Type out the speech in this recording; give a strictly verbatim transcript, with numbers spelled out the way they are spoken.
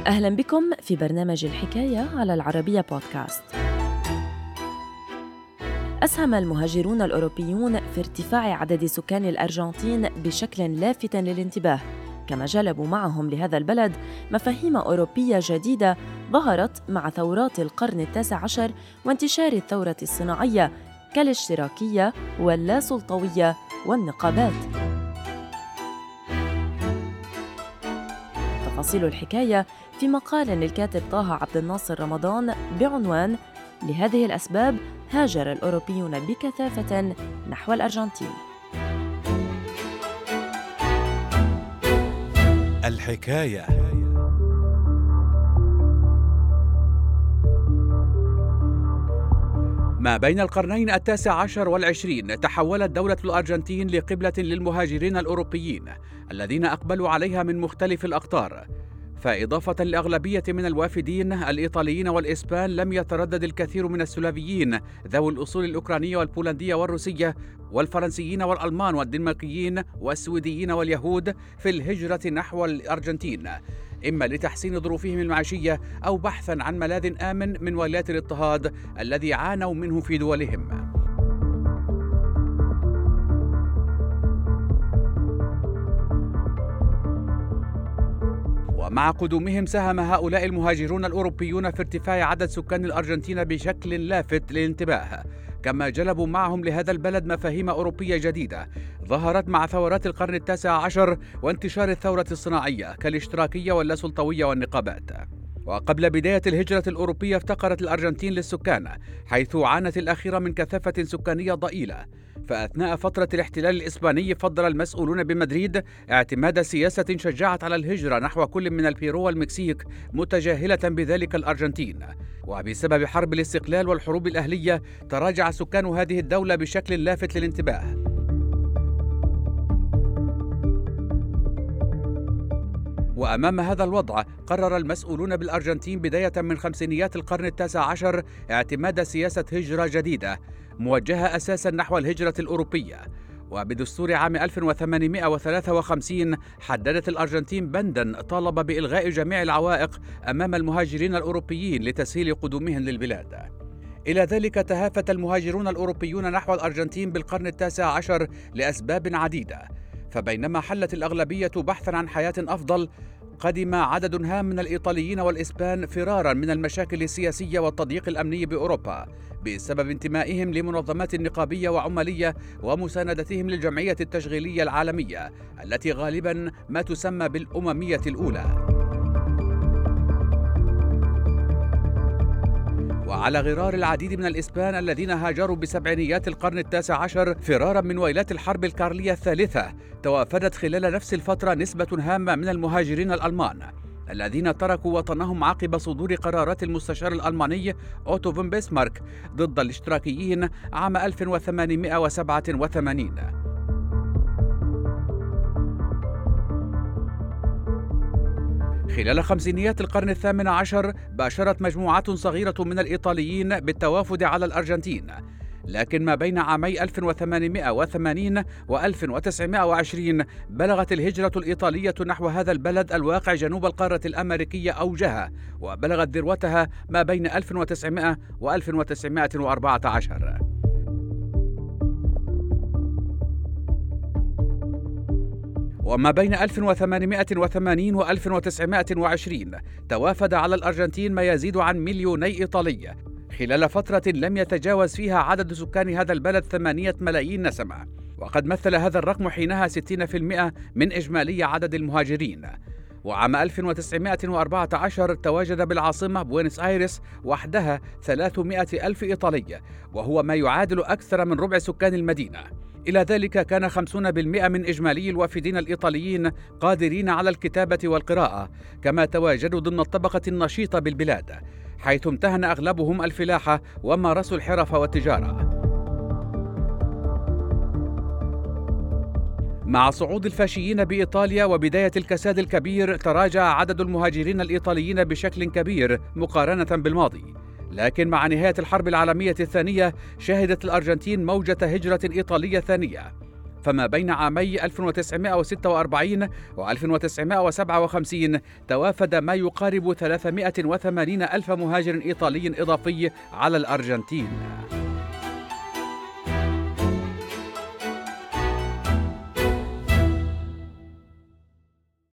أهلا بكم في برنامج الحكاية على العربية بودكاست. أسهم المهاجرون الأوروبيون في ارتفاع عدد سكان الأرجنتين بشكل لافت للانتباه، كما جلبوا معهم لهذا البلد مفاهيم أوروبية جديدة ظهرت مع ثورات القرن التاسع عشر وانتشار الثورة الصناعية كالاشتراكية واللاسلطوية والنقابات. تفاصيل الحكاية في مقال للكاتب طه عبد الناصر رمضان بعنوان لهذه الأسباب هاجر الأوروبيون بكثافة نحو الأرجنتين. الحكاية. ما بين القرنين التاسع عشر والعشرين تحولت دولة الأرجنتين لقبلة للمهاجرين الأوروبيين الذين أقبلوا عليها من مختلف الأقطار. فإضافة لأغلبية من الوافدين الإيطاليين والإسبان، لم يتردد الكثير من السلافيين ذوي الأصول الأوكرانية والبولندية والروسية والفرنسيين والألمان والدنماركيين والسويديين واليهود في الهجرة نحو الأرجنتين، إما لتحسين ظروفهم المعيشية أو بحثاً عن ملاذ آمن من ويلات الاضطهاد الذي عانوا منه في دولهم. ومع قدومهم ساهم هؤلاء المهاجرون الأوروبيون في ارتفاع عدد سكان الأرجنتين بشكل لافت للانتباه، كما جلبوا معهم لهذا البلد مفاهيم أوروبية جديدة ظهرت مع ثورات القرن التاسع عشر وانتشار الثورة الصناعية كالاشتراكية واللاسلطوية والنقابات. وقبل بداية الهجرة الأوروبية افتقرت الأرجنتين للسكان، حيث عانت الأخيرة من كثافة سكانية ضئيلة. فأثناء فترة الاحتلال الإسباني فضل المسؤولون بمدريد اعتماد سياسة شجعت على الهجرة نحو كل من البيرو والمكسيك، متجاهلة بذلك الأرجنتين. وبسبب حرب الاستقلال والحروب الأهلية تراجع سكان هذه الدولة بشكل لافت للانتباه. وأمام هذا الوضع قرر المسؤولون بالأرجنتين بداية من خمسينيات القرن التاسع عشر اعتماد سياسة هجرة جديدة موجهة أساساً نحو الهجرة الأوروبية. وبدستور عام ألف وثمانمائة وثلاثة وخمسين حددت الأرجنتين بنداً طالب بإلغاء جميع العوائق أمام المهاجرين الأوروبيين لتسهيل قدومهم للبلاد. إلى ذلك تهافت المهاجرون الأوروبيون نحو الأرجنتين بالقرن التاسع عشر لأسباب عديدة. فبينما حلت الأغلبية بحثاً عن حياة أفضل، قدم عدد هام من الإيطاليين والإسبان فراراً من المشاكل السياسية والتضييق الأمني بأوروبا بسبب انتمائهم لمنظمات نقابية وعمالية ومساندتهم للجمعية التشغيلية العالمية التي غالباً ما تسمى بالأممية الأولى. وعلى غرار العديد من الإسبان الذين هاجروا بسبعينيات القرن التاسع عشر فرارا من ويلات الحرب الكارلية الثالثة، توافدت خلال نفس الفترة نسبة هامة من المهاجرين الألمان الذين تركوا وطنهم عقب صدور قرارات المستشار الألماني أوتو فون بيسمارك ضد الاشتراكيين عام ألف وثمانمائة وسبعة وثمانين. خلال خمسينيات القرن الثامن عشر باشرت مجموعات صغيرة من الإيطاليين بالتوافد على الأرجنتين، لكن ما بين عامي ألف وثمانمائة وثمانين وألف وتسعمائة وعشرين بلغت الهجرة الإيطالية نحو هذا البلد الواقع جنوب القارة الأمريكية أوجها، وبلغت ذروتها ما بين ألف وتسعمائة وألف وتسعمائة وأربعة عشر. وما بين ألف وثمانمائة وثمانين وألف وتسعمائة وعشرين توافد على الأرجنتين ما يزيد عن مليوني إيطالي، خلال فترة لم يتجاوز فيها عدد سكان هذا البلد ثمانية ملايين نسمة، وقد مثل هذا الرقم حينها ستين بالمئة من إجمالي عدد المهاجرين. وعام ألف وتسعمائة وأربعة عشر تواجد بالعاصمة بوينس آيرس وحدها ثلاثمائة ألف إيطالي، وهو ما يعادل أكثر من ربع سكان المدينة. إلى ذلك كان خمسين بالمئة من إجمالي الوافدين الإيطاليين قادرين على الكتابة والقراءة، كما تواجدوا ضمن الطبقة النشيطة بالبلاد، حيث امتهن أغلبهم الفلاحة ومارسوا الحرف والتجارة. مع صعود الفاشيين بإيطاليا وبداية الكساد الكبير تراجع عدد المهاجرين الإيطاليين بشكل كبير مقارنة بالماضي، لكن مع نهاية الحرب العالمية الثانية شهدت الأرجنتين موجة هجرة إيطالية ثانية. فما بين عامي ألف وتسعمائة وستة وأربعين و ألف وتسعمائة وسبعة وخمسين توافد ما يقارب ثلاثمائة وثمانين ألف مهاجر إيطالي إضافي على الأرجنتين.